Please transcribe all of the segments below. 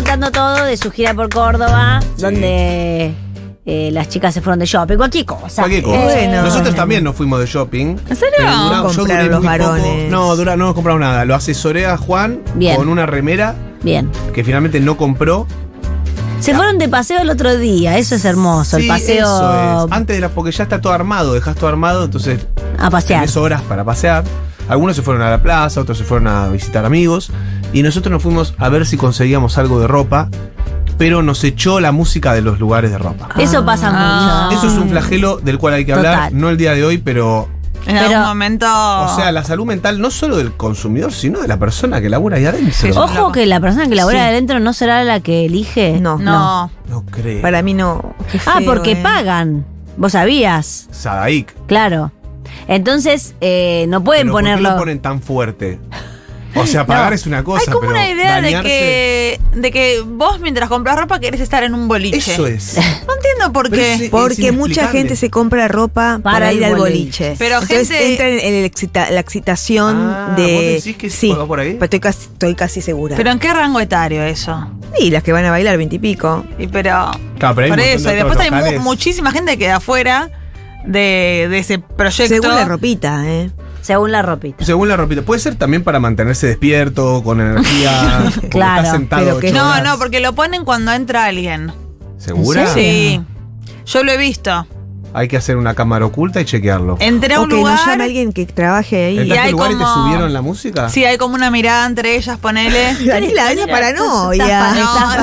contando todo de su gira por Córdoba, donde las chicas se fueron de shopping, cualquier cosa. Bueno. Nosotros también nos fuimos de shopping. ¿En serio? Yo duré los muy varones. poco. No nos compramos nada. Lo asesoré a Juan con una remera Bien. que finalmente no compró. Se fueron de paseo el otro día, eso es hermoso, Sí, el paseo eso es. Antes porque ya está todo armado, dejas todo armado, entonces a pasear. tenés horas para pasear. Algunos se fueron a la plaza, otros se fueron a visitar amigos. Y nosotros nos fuimos a ver si conseguíamos algo de ropa, pero nos echó la música de los lugares de ropa. Eso pasa mucho. Eso es un flagelo del cual hay que hablar, Total. no el día de hoy, pero... En algún momento. O sea, la salud mental no solo del consumidor, sino de la persona que labura ahí adentro. Sí, Ojo que la persona que labora adentro no será la que elige. No. No. No creo. Para mí no. Qué feo, Porque pagan. Vos sabías. Sadaik. Claro. Entonces, no pueden Pero ¿por qué ponerlo. lo ponen tan fuerte? O sea, pagar No. es una cosa, Hay como pero una idea dañarse- de que vos mientras compras ropa querés estar en un boliche. Eso es. No entiendo por Pero qué. es Porque mucha inexplicable. gente se compra ropa para el ir al boliche. boliche. Pero entonces gente- entra en la excitación Ah, de. ¿vos decís que sí, va por ahí? pero estoy casi segura. ¿Pero en qué rango etario eso? y las que van a bailar 20 y pico. Y pero. Claro, pero hay por un montón eso. de Y después otros hay locales. muchísima gente que queda afuera de ese proyecto. Según la ropita, ¿eh? Según la ropita. Según la ropita. Puede ser también para mantenerse despierto, con energía. porque Claro, está sentado pero que 8 No, horas. no, porque lo ponen cuando entra alguien. ¿Segura? ¿En serio? Sí. Yo lo he visto. Hay que hacer una cámara oculta y chequearlo. Entré a O un que lugar. nos llame alguien que trabaje ahí. ¿Entraste hay al lugar y te como- subieron la música? Sí, hay como una mirada entre ellas, ponele. Daniela, una paranoia.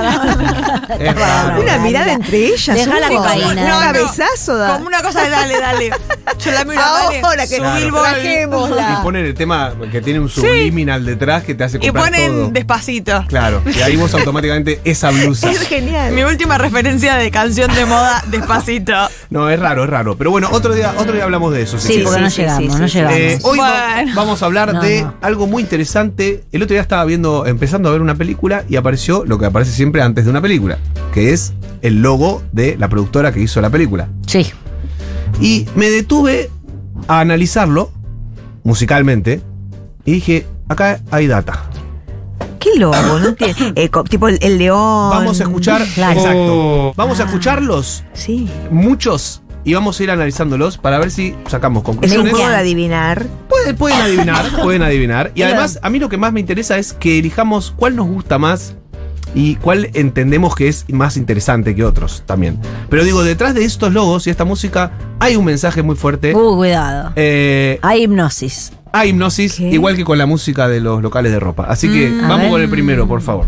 Es raro. Una mirada entre ellas. Deja la Hugo. cocaína. Un No, cabezazo. da. Como una cosa de dale. Yo la miro a Vale, Ahora que subí el trajémosla. Y ponen el tema que tiene un subliminal detrás que te hace Y comprar ponen todo. despacito. Claro, y ahí vos automáticamente esa blusa. Es genial. Mi última referencia de canción de moda, despacito. No, es raro. Pero bueno, otro día hablamos de eso. si Sí, querés. porque no sí, llegamos, sí, no sí. llegamos. Hoy Bueno. vamos a hablar No, de no. algo muy interesante. El otro día estaba empezando a ver una película y apareció lo que aparece siempre antes de una película, que es el logo de la productora que hizo la película. Sí. Y me detuve a analizarlo musicalmente y dije, acá hay data. ¿Qué lobo? No entiendo. Tipo el león. Vamos a escuchar, Claro. exacto. Vamos a escucharlos, Sí. muchos, y vamos a ir analizándolos para ver si sacamos Es un conclusiones. juego de adivinar. Pueden adivinar. Y además, a mí lo que más me interesa es que elijamos cuál nos gusta más y cuál entendemos que es más interesante que otros también. Pero digo, detrás de estos logos y esta música hay un mensaje muy fuerte. Cuidado. Hay hipnosis. Hay hipnosis, ¿Qué? igual que con la música de los locales de ropa. Así que a vamos ver. con el primero, por favor.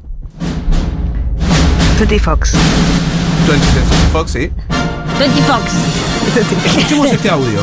Tutti Fox. 20 Century Fox, sí. 20 Fox. Escuchemos este audio.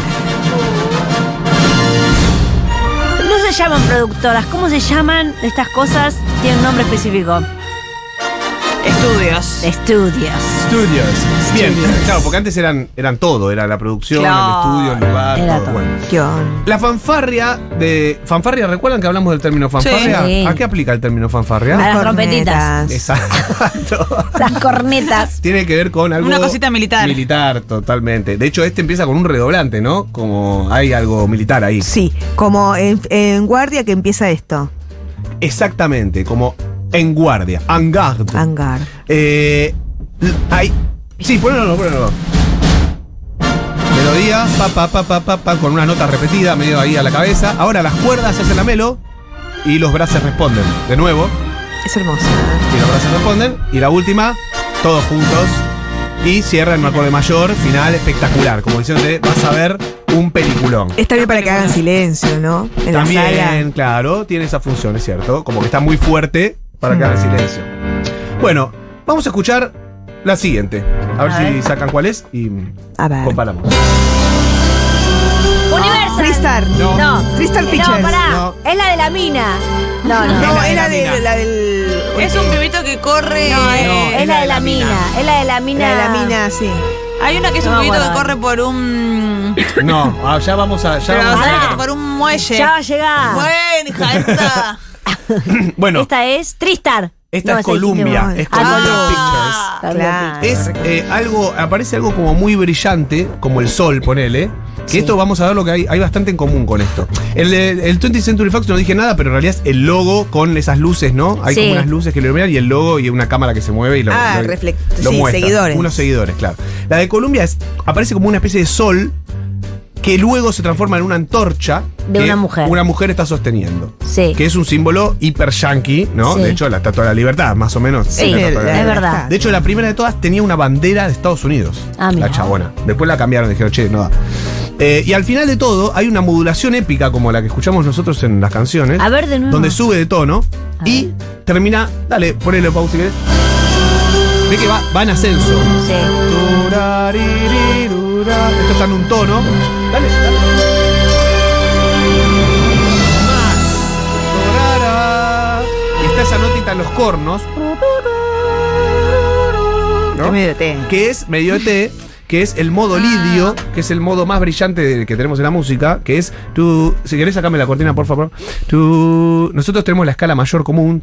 No se llaman productoras. ¿Cómo se llaman estas cosas? Tienen un nombre específico. Estudios. Estudios. Studios. Bien, claro, porque antes eran todo. Era la producción, Claro. el estudio, el lugar, Era todo. todo. Bueno. Guión. La fanfarria de... ¿Fanfarria? ¿Recuerdan que hablamos del término fanfarria? Sí. ¿A qué aplica el término fanfarria? A las trompetitas. Exacto. Las cornetas. Tiene que ver con algo... Una cosita militar. Militar, totalmente. De hecho, este empieza con un redoblante, ¿no? Como hay algo militar ahí. Sí, como en guardia que empieza esto. Exactamente, como en guardia. En garde. Hangar. Hay... Sí, ponelo. Melodía, pa, con una nota repetida, medio ahí a la cabeza. Ahora las cuerdas hacen la melo y los brazos responden. De nuevo, Es hermosa. y los brazos responden. Y la última, todos juntos. Y cierra en un acorde mayor, final espectacular. Como diciéndote, vas a ver un peliculón. Está bien para que hagan silencio, ¿no? En También, la sala. claro, tiene esa función, es cierto. Como que está muy fuerte para que hagan silencio. Bueno, vamos a escuchar la siguiente. A ver si sacan cuál es y A ver. comparamos. Universal. Freestar. No. Freestar Pictures. No, pará. No. Es la de la mina. No. No, es la la mina. del. Es un pibito que corre. No, No, es la de la mina. Es la de la mina. La de la mina, sí. Hay una que es No un me pibito que acuerdo. corre por un. No, ya vamos a. Pero vamos ¿sabes a- que por un muelle. Ya va a llegar. Bueno, hija, esta. Bueno, Esta es Tristar. esta No, es esa dijiste Columbia. vos. Es Ah, Columbia Columbia. Pictures. Claro. Es algo, aparece algo como muy brillante, como el sol, ponele. Que esto vamos a ver lo que hay bastante en común con esto. El 20th Century Fox no dije nada, pero en realidad es el logo con esas luces, ¿no? Hay como unas luces que lo iluminan y el logo y una cámara que se mueve y lo muestra. Seguidores. Unos seguidores, claro. La de Columbia aparece como una especie de sol que luego se transforma en una antorcha de que una mujer. Una mujer está sosteniendo. Sí. Que es un símbolo hiper yankee, ¿no? Sí. De hecho, la Estatua de la Libertad, más o menos. Sí, la es Estatua de la Libertad. verdad. De hecho, la primera de todas tenía una bandera de Estados Unidos. Ah, la mira. chabona. Después la cambiaron, dijeron, che, no da. Y al final de todo, hay una modulación épica como la que escuchamos nosotros en las canciones. A ver, de nuevo. Donde sube de tono y termina. Dale, ponele pausa si querés. Ve que va en ascenso. Sí. Esto está en un tono. Dale. Más. Y está esa notita en los cornos. ¿No? Que es medio ET, que es el modo lidio, que es el modo más brillante que tenemos en la música, que es tú. Si querés, sacame la cortina, por favor. Nosotros tenemos la escala mayor común,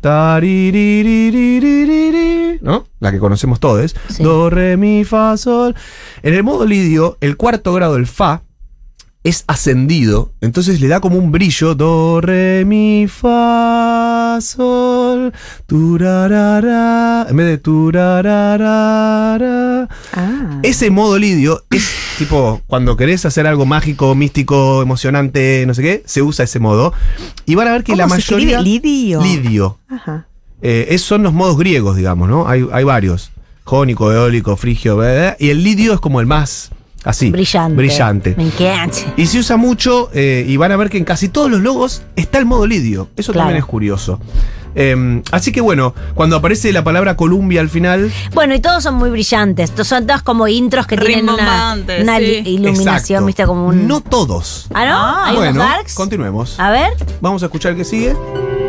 ¿no? La que conocemos todos. Sí. Do, re, mi, fa, sol. En el modo lidio, el cuarto grado del fa es ascendido, entonces le da como un brillo. Do, re, mi, fa, sol, turarara, en vez de turarara. Ese modo lidio es tipo, cuando querés hacer algo mágico, místico, emocionante, no sé qué, se usa ese modo. Y van a ver que la mayoría... ¿Lidio? Lidio. Ajá. Son los modos griegos, digamos, ¿no? Hay varios. Jónico, eólico, frigio, bla, bla, bla, y el lidio es como el más... Así. Brillante. Me encanta. Y se usa mucho, y van a ver que en casi todos los logos está el modo lidio. Eso también es curioso. Así que bueno, cuando aparece la palabra Columbia al final. Bueno, y todos son muy brillantes. Son todos como intros que tienen una iluminación, exacto. ¿viste? Como un... No todos. ¿Ah, no? ¿Hay bueno, unos darks? continuemos. A ver. Vamos a escuchar el que sigue.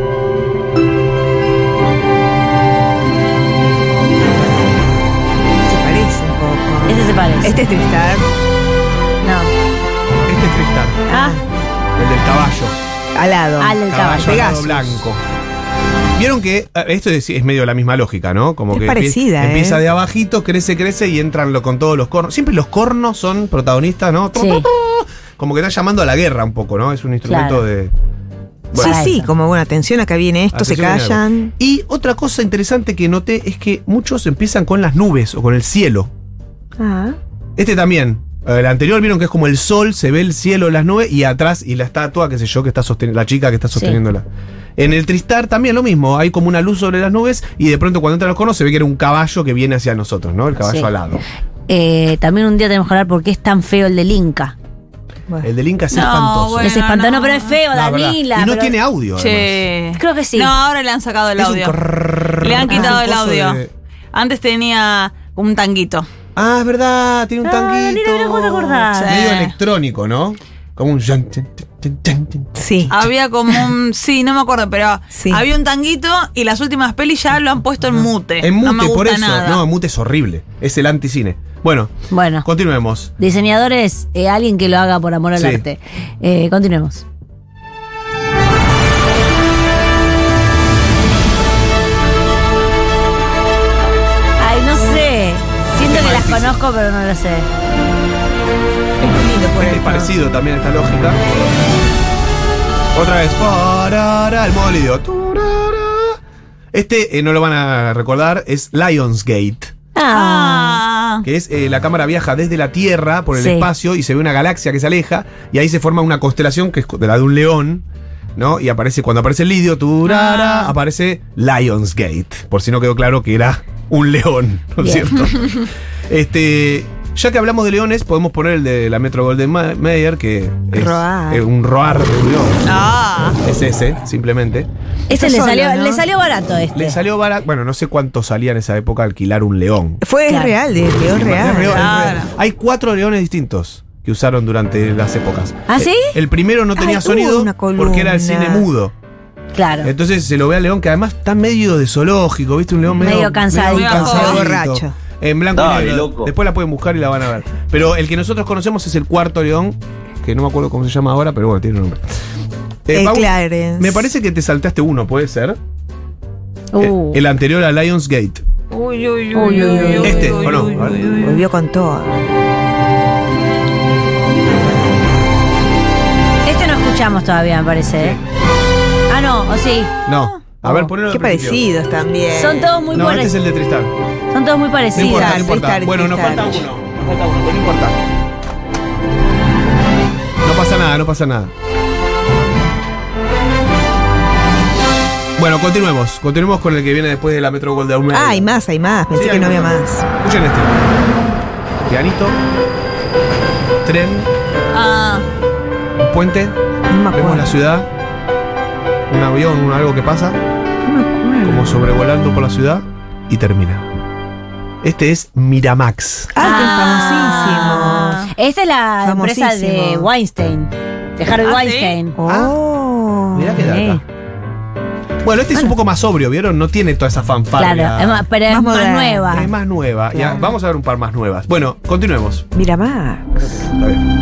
Este se parece. Este es Tristar. No. Este es Tristar. Ah, El del caballo. Alado. al del caballo. Alado Pegasus. blanco. Vieron que esto es medio la misma lógica, ¿no? Como Es que parecida, empieza de abajito, crece y entran con todos los cornos. Siempre los cornos son protagonistas, ¿no? Sí. Como que están llamando a la guerra un poco, ¿no? Es un instrumento Claro. de... Sí, sí, como bueno, atención, acá viene esto, se Atención, callan. Y otra cosa interesante que noté es que muchos empiezan con las nubes o con el cielo. Ah. Este también. El anterior vieron que es como el sol, se ve el cielo, las nubes y atrás y la estatua, qué sé yo, que está sosteniendo, la chica que está sosteniéndola. En el Tristar también lo mismo, hay como una luz sobre las nubes y de pronto cuando entran los conos se ve que era un caballo que viene hacia nosotros, ¿no? El caballo Sí. alado. También un día tenemos que hablar por qué es tan feo el del Inca. El del Inca es No, espantoso. bueno. Es espantoso, pero es feo, No, verdad. Danila. Y no pero- tiene audio. además. Che. Creo que sí. No, ahora le han sacado el Es un audio. crrrr, Le han quitado es un el coso audio. de- Antes tenía un tanguito. Ah, es verdad, tiene un tanguito. mira, ¿cómo te acordás? Sí. Medio electrónico, ¿no? Como un... Sí. Había como un... Sí, no me acuerdo, pero Sí. había un tanguito y las últimas pelis ya lo han puesto en mute. En mute, no me gusta por eso. nada. No, mute es horrible. Es el anticine. Bueno, Bueno, continuemos. diseñadores, alguien que lo haga por amor al Sí. arte. Continuemos. Ay, no sé. Siento que las conozco, pero no lo sé. Es muy lindo por Es esto. parecido también esta lógica. Otra vez. Parará, el modo lidio. Turará. Este, no lo van a recordar, es Lionsgate. Ah. Que es la cámara viaja desde la Tierra por el Sí. espacio y se ve una galaxia que se aleja y ahí se forma una constelación que es de la de un león, ¿no? Y aparece, cuando aparece el lidio, turara, aparece Lionsgate. Por si no quedó claro que era un león, ¿no es Bien. cierto? Ya que hablamos de leones, podemos poner el de la Metro Golden Mayer, que es Roar. un roar de un león. Ah. Es ese, simplemente. Ese le solo, salió, ¿no? le salió barato este. Le salió barato. Bueno, no sé cuánto salía en esa época alquilar un león. Fue Claro. real, de León Es real. real, es Claro. real. Hay 4 leones distintos que usaron durante las épocas. ¿Ah, sí? El primero no tenía Ay, sonido una porque era el columna. cine mudo. Claro. Entonces se lo ve al león que además está medio de zoológico, ¿viste? Un león Medio cansadito. Medio borracho. En blanco y Dale, negro. loco. Después la pueden buscar y la van a ver. Pero el que nosotros conocemos es el cuarto león, que no me acuerdo cómo se llama ahora, pero bueno, tiene un nombre. Pau, Clarence. me parece que te saltaste uno, ¿puede ser? El anterior a Lionsgate. Uy, uy, uy, Uy, uy, uy. Este, ¿o no? A ver. Volvió con todo. escuchamos todavía, me parece. Sí. Ah, no, o sí. No. A ver, ponelo Qué al principio. parecidos también. Son todos muy No, este es parecidos. el de Tristar. Son todos muy No parecidos. importa, no importa. Tristar, Bueno, nos Tristar. falta uno. Pero no importa. No pasa nada, no pasa nada. Bueno, continuemos con el que viene después de la Metro Goldwyn Mayer. Ah, hay más. Pensé Sí, que hay no había más. más. Escuchen este. Pianito. Tren. Ah, Un puente. No me Vemos acuerdo. la ciudad. Un avión, algo que pasa. No me acuerdo. Como sobrevolando por la ciudad. Y termina. Este es Miramax. Ah, Esta es la empresa de Famosísimo. Weinstein. De Harvey ¿Ah, Weinstein. qué famosísimo. Oh. Mirá qué Sí. data. Bueno, este es un poco más sobrio, ¿vieron? No tiene toda esa fanfarria. Claro, pero es Más más moderna. nueva. Es más nueva. Ya, Claro. vamos a ver un par más nuevas. Bueno, continuemos. Miramax. Está bien.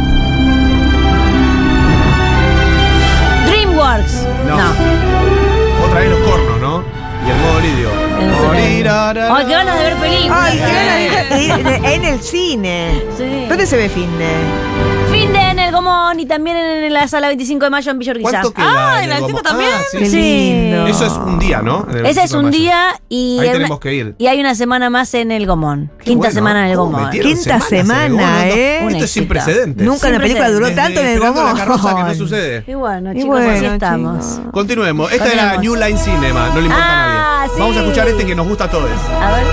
DreamWorks. No. Otra vez los cornos, ¿no? Y el modo lidio. Ay, qué ganas de ver películas. Ay, qué ganas de ir en el cine. Sí. ¿Dónde se ve Finde? Fin de en el Gomón y también en la sala 25 de mayo en Villa Urquiza. ¿Cuánto queda? ¿en la Gomón? Alcina también? Sí, Qué sí. lindo. Eso es un día, ¿no? En el Ese es 25 de un mayo. día y, Ahí hay tenemos una- que ir. y hay una semana más en el Gomón. Qué Quinta bueno. semana en el Gomón. Metieron Quinta semanas en el semana, Gomón, ¿eh? Esto Un es sin éxito. precedentes. Nunca una Sin película duró Desde tanto en el Esperando Gomón. la carroza que no sucede. Y bueno, Y chicos, bueno, así estamos. chicos. Continuemos. Esta era Continuemos. New Line Cinema. No le importa Ah, a nadie. sí. Vamos a escuchar este que nos gusta a todos. A ver.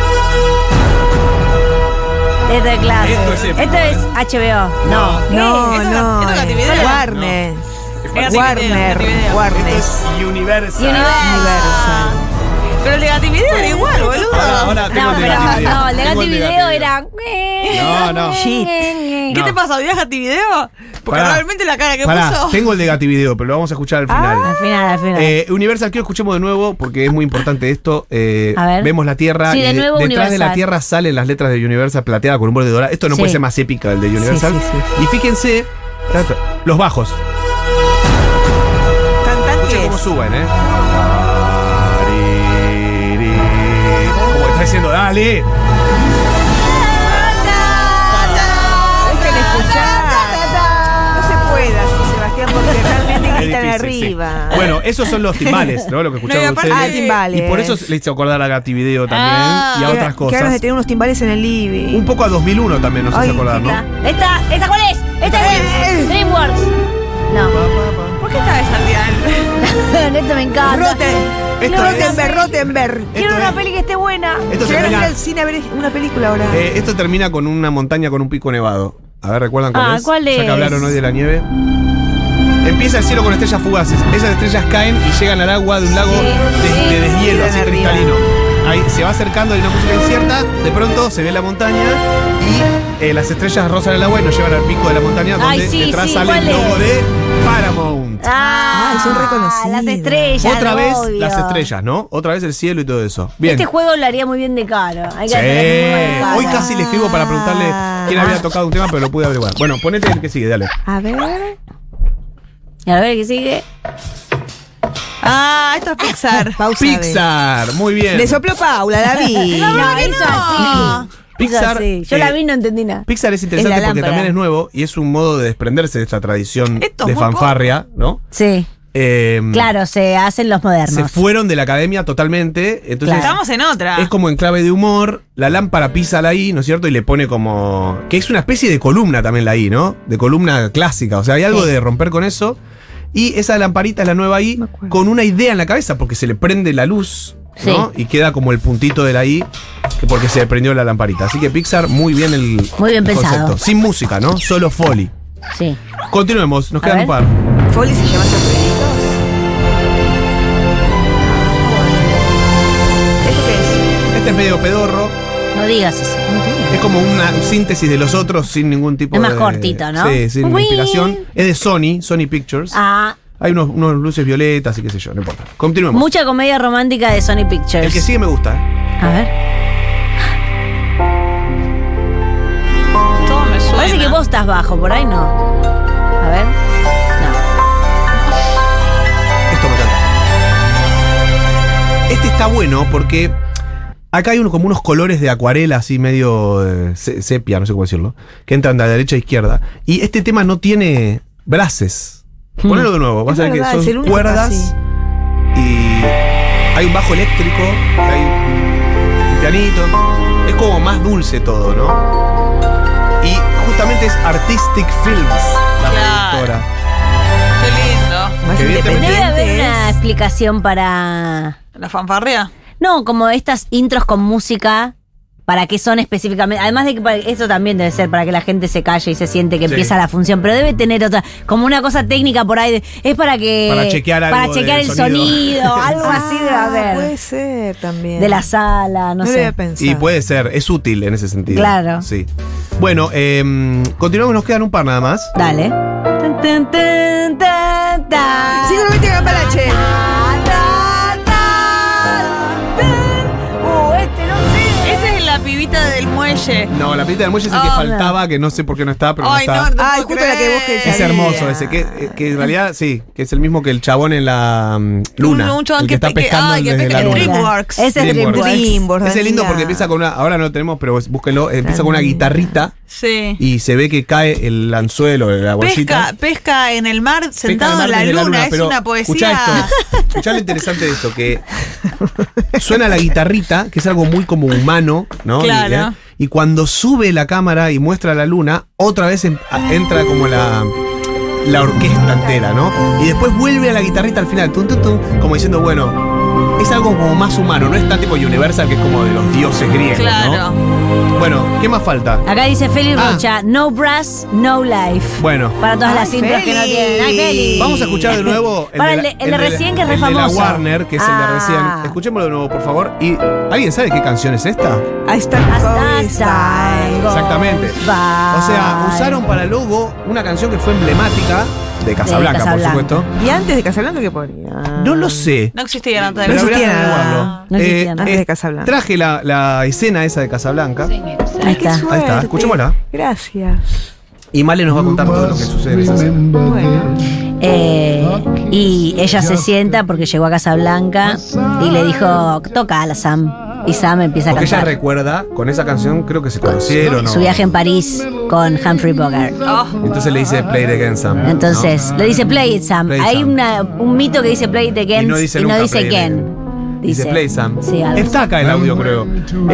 Esto es clase. Esto es épico, Esto es HBO. No. ¿Qué? No, ¿Esto no. es Gativideo? Warner. Es Warner. Gativideo. Warner. Esto es Universal. Universal. Pero el de Gativideo era igual, boludo. Ahora tengo No, el de pero Gativideo. no, el de Tengo Gativideo era. No, no. Shit. ¿Qué No. te pasa? ¿Odias Gativideo? Porque Pará. realmente la cara que Pará, puso. tengo el de Gativideo, pero lo vamos a escuchar al final. Al final. Universal, quiero escuchemos de nuevo porque es muy importante esto. A ver. Vemos la Tierra Sí, y de nuevo detrás de la Universal. Tierra salen las letras de Universal plateadas con un borde dorado. Esto no Sí. puede ser más épica del de Universal. sí, sí. Y fíjense, los bajos. Escuchen Cantantes. cómo suben, Como está diciendo, dale. Dejen escuchar. No se puede así, Sebastián, porque realmente Es gritan difícil, sí. arriba. Bueno, esos son los timbales, ¿no? Lo que escucharon No, y aparte- ustedes. timbales. Y por eso le hizo acordar a Gativideo también Ah. y a Qué otras ganas de cosas. tener unos timbales en el living. Un poco a 2001 también nos hace Ay, acordar, ¿no? ¿Esta cuál es? Esta es DreamWorks. No. ¿Por qué está esa al Esto me encanta. Esto Rottenberg. Quiero Esto una es- peli que esté buena. Esto Llegaron a ir termina, al cine a ver una película ahora. esto termina con una montaña con un pico nevado. A ver, ¿recuerdan cuál Ah, es? ¿cuál Ya es? que hablaron hoy de la nieve. Empieza el cielo con estrellas fugaces. Esas estrellas caen y llegan al agua de un lago de deshielo, Quedan así arriba. cristalino. Ahí se va acercando, hay una música incierta. De pronto se ve la montaña y las estrellas rozan el agua y nos llevan al pico de la montaña, donde Ay, sí, detrás sí, sale el ¿cuál logo es? de Paramount. Ay, son reconocidos. Las estrellas. Otra vez obvio. las estrellas, ¿no? Otra vez el cielo y todo eso. Bien. Este juego lo haría muy bien de caro. Hay que Sí. hacerlo muy bien de caro. Hoy casi le escribo para preguntarle quién había tocado un tema, pero lo pude averiguar. Bueno, ponete el que sigue, dale. A ver. Y a ver qué sigue. Ah, esto es Pixar. Pausa. Pixar, muy bien. Le sopló Paula, la vi. No, eso así. Pixar, Eso así. Yo la vi y no entendí nada. Pixar es interesante Es la porque lámpara. también es nuevo y es un modo de desprenderse de esta tradición Esto es de muy fanfarria, ¿no? Sí. Claro, se hacen los modernos. Se fueron de la academia totalmente, entonces Claro. Estamos en otra. es como en clave de humor, la lámpara pisa la I, ¿no es cierto? Y le pone como... que es una especie de columna también la I, ¿no? De columna clásica, o sea, hay algo Sí. de romper con eso. Y esa lamparita es la nueva I con una idea en la cabeza porque se le prende la luz, ¿no? Y queda como el puntito de la I que porque se le prendió la lamparita. Así que Pixar, muy bien el Muy bien el pensado. concepto. Sin música, ¿no? Solo Foley. Sí. Continuemos, nos A quedan ver. un par. Foley se llama estos proyectos. ¿Esto qué es? Este es medio pedorro. No digas eso. Es como una síntesis de los otros sin ningún tipo Es de... más cortito, ¿no? Sí, sin Uy. inspiración. Es de Sony Pictures. Ah, Hay unos luces violetas y qué sé yo, no importa. Continuemos. mucha comedia romántica de Sony Pictures. El que sigue me gusta, ¿eh? A ver. Todo me suena. Parece que vos estás bajo, por ahí no. A ver. No. Esto me encanta. Este está bueno porque acá hay como unos colores de acuarela así medio sepia, no sé cómo decirlo, que entran de la derecha a izquierda. Y este tema no tiene braces. Ponelo de nuevo, vas a ver que verdad, es el son único cuerdas así. y hay un bajo eléctrico, hay un pianito. Es como más dulce todo, ¿no? Y justamente es Artistic Films, la Claro. productora. Qué lindo. Más Que evidentemente- Debe haber independiente una es. explicación para. La fanfarrea. No, como estas intros con música. ¿Para qué son específicamente? Además de que eso también debe ser para que la gente se calle y se siente que Sí. empieza la función, pero debe tener otra, como una cosa técnica por ahí. Es para que. Para chequear algo Para chequear del el sonido. sonido, algo así debe haber. Puede ser también. De la sala, no No lo sé. había pensado. Y puede ser, es útil en ese sentido. Claro. Sí. Bueno, continuamos, nos quedan un par nada más. Dale. Tan, tan, tan, tan, tan. Sigo 90 Gambalache. Este no sé. Esta es la pibita del muelle. No, la pista del muelle es el que Ah, faltaba, que no sé por qué no está, pero Ay, no no, está. no Ay, puedo justo la que vos creer. que Es sabía. hermoso ese, que en realidad sí, que es el mismo que el chabón en la luna. Un chabón el que está pescando que desde pesca la en luna. DreamWorks. Ese es DreamWorks. DreamWorks. Ese es lindo Daniela. porque empieza con una, ahora no lo tenemos, pero búsquenlo, empieza con una guitarrita Sí. y se ve que cae el anzuelo de la bolsita. Pesca en el mar sentado Pesca en de la mar luna. desde Es pero una poesía. Escuchá esto. Escuchá lo interesante de esto, que suena la guitarrita, que es algo muy como humano, ¿no? Claro. Y cuando sube la cámara y muestra la luna, otra vez entra como la orquesta entera, ¿no? Y después vuelve a la guitarrita al final, tum, tum, tum, como diciendo, bueno, es algo como más humano, no es tan tipo Universal que es como de los dioses griegos, Claro. ¿no? Bueno, ¿qué más falta? Acá dice Félix Ah. Rocha, no brass, no life. Bueno, Para todas Ay, las intros que no Félix. tienen. ¡Ay, Félix! vamos a escuchar de nuevo Para el de recién, que es re el de famoso. la Warner, que es el de Ah. recién. Escuchémoslo de nuevo, por favor. ¿Y alguien sabe qué canción es esta? Ahí está. Exactamente. O sea, usaron para logo una canción que fue emblemática de Casablanca, por Casablanca. supuesto. ¿Y antes de Casablanca qué ponía? No lo sé. No existía antes de Pero No habría que existía nada. averiguarlo. No existía nada. Antes de Casablanca. Traje la escena esa de Casablanca. Ahí Qué está. suerte. Ahí está, escuchémosla. Gracias. Y Male nos va a contar todo lo que sucede en esa escena. Bueno. Y ella se sienta porque llegó a Casablanca y le dijo, toca a Sam. Y Sam empieza a Porque ella cantar. recuerda, con esa canción creo que se conocieron. Su ¿no? viaje en París con Humphrey Bogart. Oh, Entonces le dice Play it again, Sam. Entonces, le dice play it, Sam. Play it, Hay Sam. un mito que dice play it again Y no dice nunca play it again. Dice Play Sam. Sí, algo así. Está acá el audio, creo.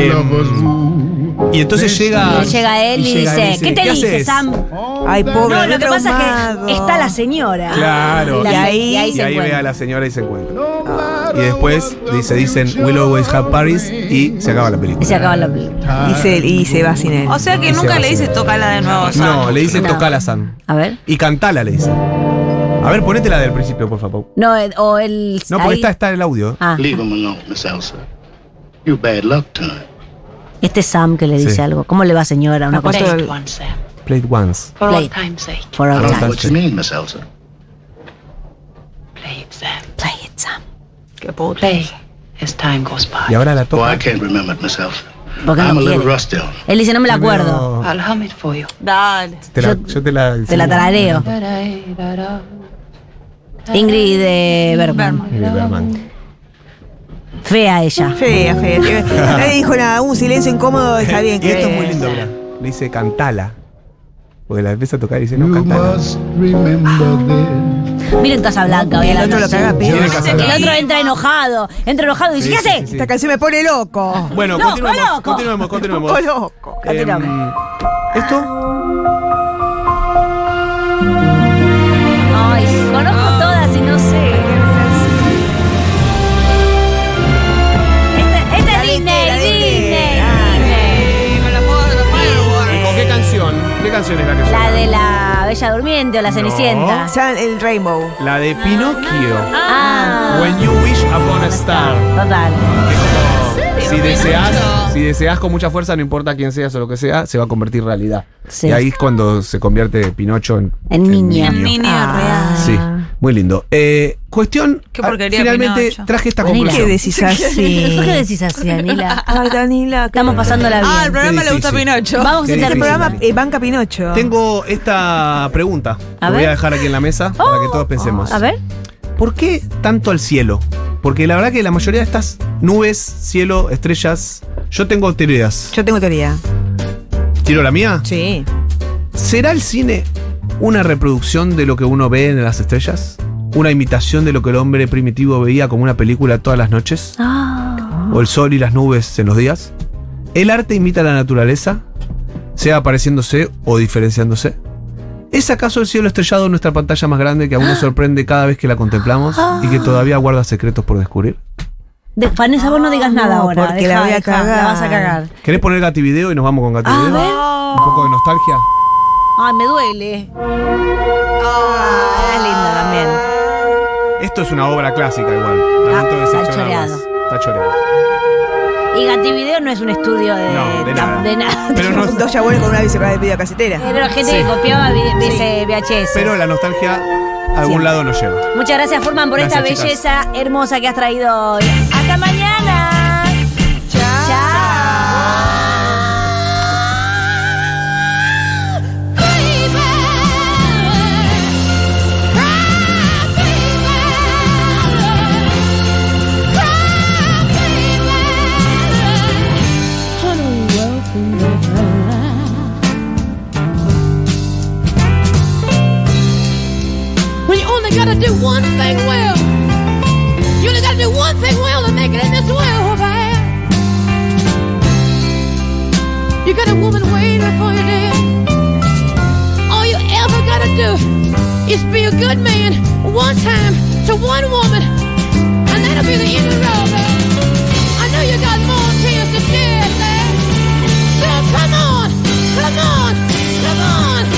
Y entonces llega. Y llega él y llega dice, ¿qué te dije, haces?" Sam? Ay, pobre. No, lo re que pasa es traumado. que está la señora. Claro. Y, Y ahí- Y se ahí ve encuentran. a la señora y se encuentra. Y después dicen We'll always have Paris y se acaba la Y película. se acaba la película. Y se va sin él. o sea que Y se nunca va le a dice hacer. tocala de nuevo. Sam. No, le dice No. tocala, Sam. A ver. Y cantala, le dice. A ver, ponete la del principio, por favor. No, o el. No, porque ahí- está el audio. Ah, Leave him alone, Miss Elsa. You bad luck tonight. este es Sam que le dice Sí. algo. ¿Cómo le va, señora? Una cosa. Aparte- One, Sam. Play it once. For Play all it. time's sake. For I all don't know time. what you mean, Miss Elsa. Play it, Sam. Play it, Sam. Qué puta. Play as time goes by. Y ahora la Oh, toca. I can't remember it, Miss Elsa. Porque I'm no a little quiere. rusty on it. Él dice, no me la acuerdo. No, I'll hum it for you. Dale. yo te la. Te la tarareo. Da-da-da-da. Ingrid de Bergman. Berman. Fea ella. Fea, fea. Nadie dijo nada. Un silencio incómodo está bien. Y que esto es muy lindo, mirá. Le dice cantala. Porque la empieza a tocar y dice, no, cantala. Miren Casablanca hoy a El la otro lo noche. caga pedo. Tiene Casablanca. El otro entra enojado y dice, Sí, ¿qué sí, hace? sí, sí. Esta canción me pone loco. Bueno, Loco, continuemos, loco. continuemos. Loco, loco. Continuame. ¿Esto? Ay, conozco todas y no sé. Esta es Disney, Con la foto de los fireworks. ¿Y con qué canción? ¿Qué canción es la que suena? La de la Bella Durmiente o la Cenicienta. Ya el Rainbow. La de Pinocchio. Ah, When you wish upon a star. total. Si deseas con mucha fuerza, no importa quién seas o lo que sea, se va a convertir en realidad. Sí. Y ahí es cuando se convierte Pinocho en niño. Niño real. Sí, muy lindo. Cuestión, Qué porquería, finalmente Pinocho. traje esta Danila. ¿Qué conclusión. decís así? ¿Por qué decís así, Anila? Ay, Danila. Estamos pasándola bien. Ah, al programa le gusta difícil. Pinocho. Vamos a Qué Este interpretar. difícil. programa banca Pinocho. Tengo esta pregunta. A La voy ver. a dejar aquí en la mesa para que todos pensemos. A ver. ¿Por qué tanto al cielo? Porque la verdad que la mayoría de estas nubes, cielo, estrellas, yo tengo teorías. Yo tengo teoría. ¿Tiro la mía? Sí. ¿Será el cine una reproducción de lo que uno ve en las estrellas, una imitación de lo que el hombre primitivo veía como una película todas las noches, o el sol y las nubes en los días. El arte imita la naturaleza, sea pareciéndose o diferenciándose. ¿Es acaso el cielo estrellado nuestra pantalla más grande que aún nos sorprende cada vez que la contemplamos y que todavía guarda secretos por descubrir? Vanessa, vos no digas nada No, ahora. porque la voy a cagar. La vas a cagar. ¿Querés poner Gativideo y nos vamos con Gativideo? A ver. Un poco de nostalgia. Ay, me duele. Era linda también. Esto es una obra clásica igual. Lamento está decepcionarlas. choreado. Está choreado. Y Gativideo no es un estudio de, No, de nada. de nada. Pero no, Dos chabones con una videocasetera. Era gente Sí. que copiaba VHS. pero la nostalgia a algún Siempre. lado nos lleva. Muchas gracias, Furman, por Gracias, esta chicas. belleza hermosa que has traído hoy. ¡Hasta mañana! ¡Chao! When you only gotta do one thing well. You only gotta do one thing well to make it in this world, man. You got a woman waiting for you there. All you ever gotta do is be a good man one time to one woman, and that'll be the end of the road, man. I know you got more tears to shed, man. So come on.